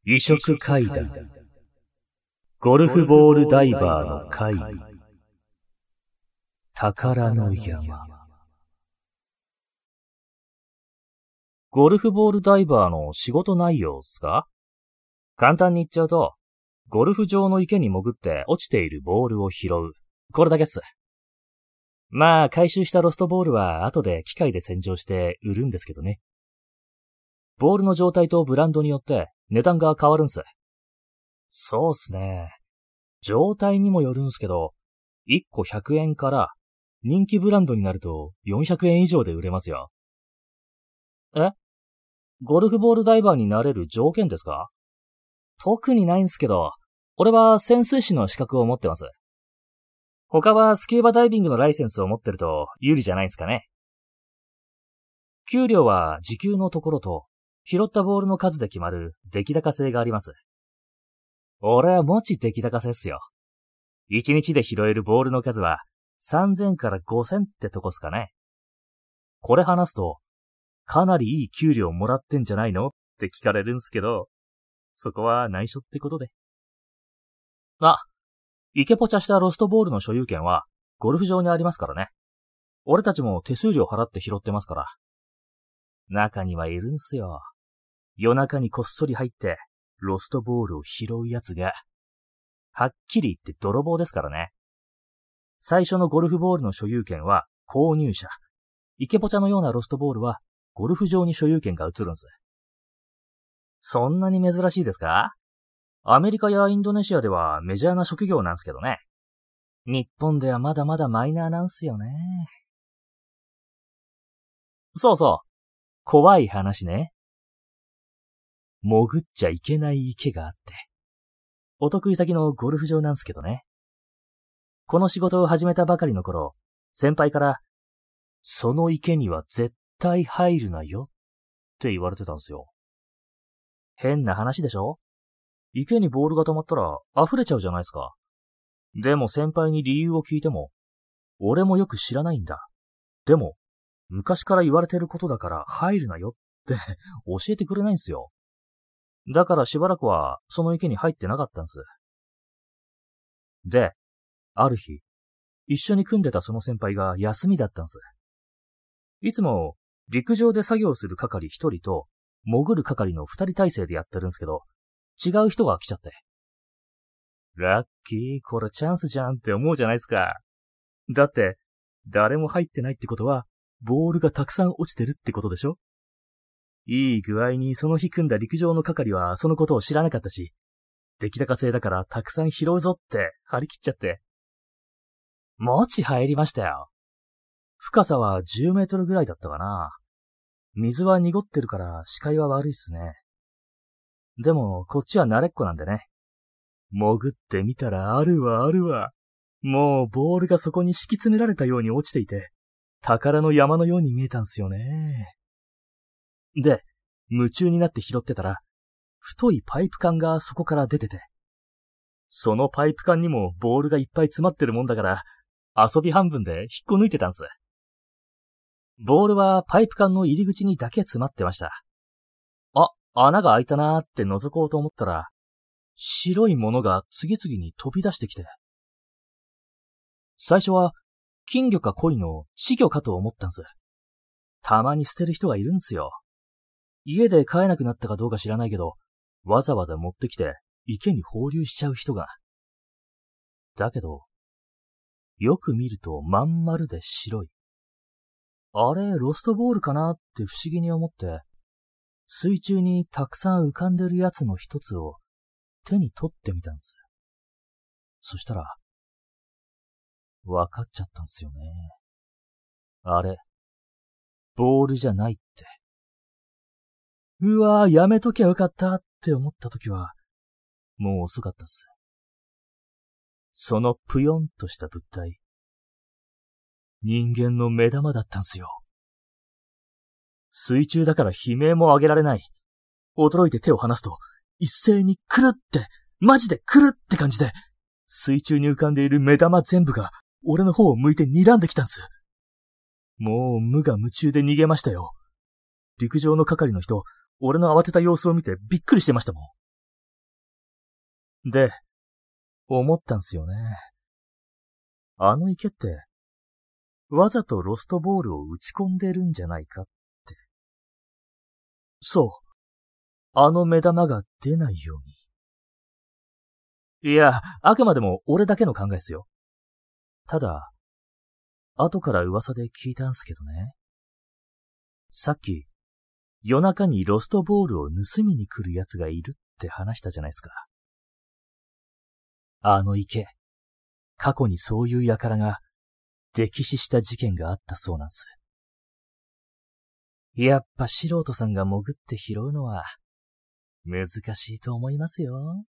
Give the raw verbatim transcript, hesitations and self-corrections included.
異色階段、ゴルフボールダイバーの会議、宝の山。ゴルフボールダイバーの仕事内容っすか？簡単に言っちゃうと、ゴルフ場の池に潜って落ちているボールを拾う。これだけっす。まあ、回収したロストボールは後で機械で洗浄して売るんですけどね。ボールの状態とブランドによって値段が変わるんす。そうっすね。状態にもよるんすけど、いっこひゃくえんから人気ブランドになるとよんひゃくえん以上で売れますよ。え？ゴルフボールダイバーになれる条件ですか？特にないんすけど、俺は潜水士の資格を持ってます。他はスキューバダイビングのライセンスを持ってると有利じゃないんすかね。給料は時給のところと拾ったボールの数で決まる出来高制があります。俺はもち出来高制っすよ。いちにちで拾えるボールの数はさんぜんからごせんってとこっすかね。これ話すと、かなりいい給料もらってんじゃないのって聞かれるんすけど、そこは内緒ってことで。あ、イケポチャしたロストボールの所有権はゴルフ場にありますからね。俺たちも手数料払って拾ってますから。中にはいるんすよ。夜中にこっそり入ってロストボールを拾うやつが。はっきり言って泥棒ですからね。最初のゴルフボールの所有権は購入者。イケポチャのようなロストボールはゴルフ場に所有権が移るんす。そんなに珍しいですか？アメリカやインドネシアではメジャーな職業なんすけどね。日本ではまだまだマイナーなんすよね。そうそう。怖い話ね。潜っちゃいけない池があって。お得意先のゴルフ場なんすけどね。この仕事を始めたばかりの頃、先輩から、その池には絶対入るなよって言われてたんすよ。変な話でしょ？池にボールが溜まったら溢れちゃうじゃないですか。でも先輩に理由を聞いても、俺もよく知らないんだ。でも、昔から言われてることだから入るなよって教えてくれないんすよ。だからしばらくはその池に入ってなかったんす。で、ある日、一緒に組んでたその先輩が休みだったんす。いつも陸上で作業する係一人と潜る係の二人体制でやってるんすけど、違う人が来ちゃって。ラッキー、これチャンスじゃんって思うじゃないですか。だって、誰も入ってないってことは、ボールがたくさん落ちてるってことでしょ？いい具合にその日組んだ陸上の係はそのことを知らなかったし、出来高制だからたくさん拾うぞって張り切っちゃって。もち入りましたよ。深さはじゅうメートルぐらいだったかな。水は濁ってるから視界は悪いっすね。でもこっちは慣れっこなんでね。潜ってみたらあるわあるわ。もうボールがそこに敷き詰められたように落ちていて、宝の山のように見えたんすよね。で、夢中になって拾ってたら、太いパイプ管がそこから出てて、そのパイプ管にもボールがいっぱい詰まってるもんだから、遊び半分で引っこ抜いてたんす。ボールはパイプ管の入り口にだけ詰まってました。あ、穴が開いたなーって覗こうと思ったら、白いものが次々に飛び出してきて。最初は金魚か鯉の稚魚かと思ったんす。たまに捨てる人がいるんすよ。家で飼えなくなったかどうか知らないけど、わざわざ持ってきて池に放流しちゃう人が。だけど、よく見るとまん丸で白い。あれ、ロストボールかなって不思議に思って、水中にたくさん浮かんでるやつの一つを手に取ってみたんす。そしたら、わかっちゃったんすよね。あれ、ボールじゃないって。うわぁ、やめときゃよかったって思ったときは、もう遅かったっす。そのぷよんとした物体、人間の目玉だったんすよ。水中だから悲鳴も上げられない。驚いて手を離すと、一斉にくるって、マジでくるって感じで、水中に浮かんでいる目玉全部が、俺の方を向いて睨んできたんす。もう無我夢中で逃げましたよ。陸上の係の人、俺の慌てた様子を見てびっくりしてましたもん。 で、思ったんすよね。あの池って、わざとロストボールを打ち込んでるんじゃないかって。そう。あの目玉が出ないように。いや、あくまでも俺だけの考えっすよ。ただ、後から噂で聞いたんすけどね。さっき、夜中にロストボールを盗みに来る奴がいるって話したじゃないですか。あの池、過去にそういう輩が溺死した事件があったそうなんす。やっぱ素人さんが潜って拾うのは難しいと思いますよ。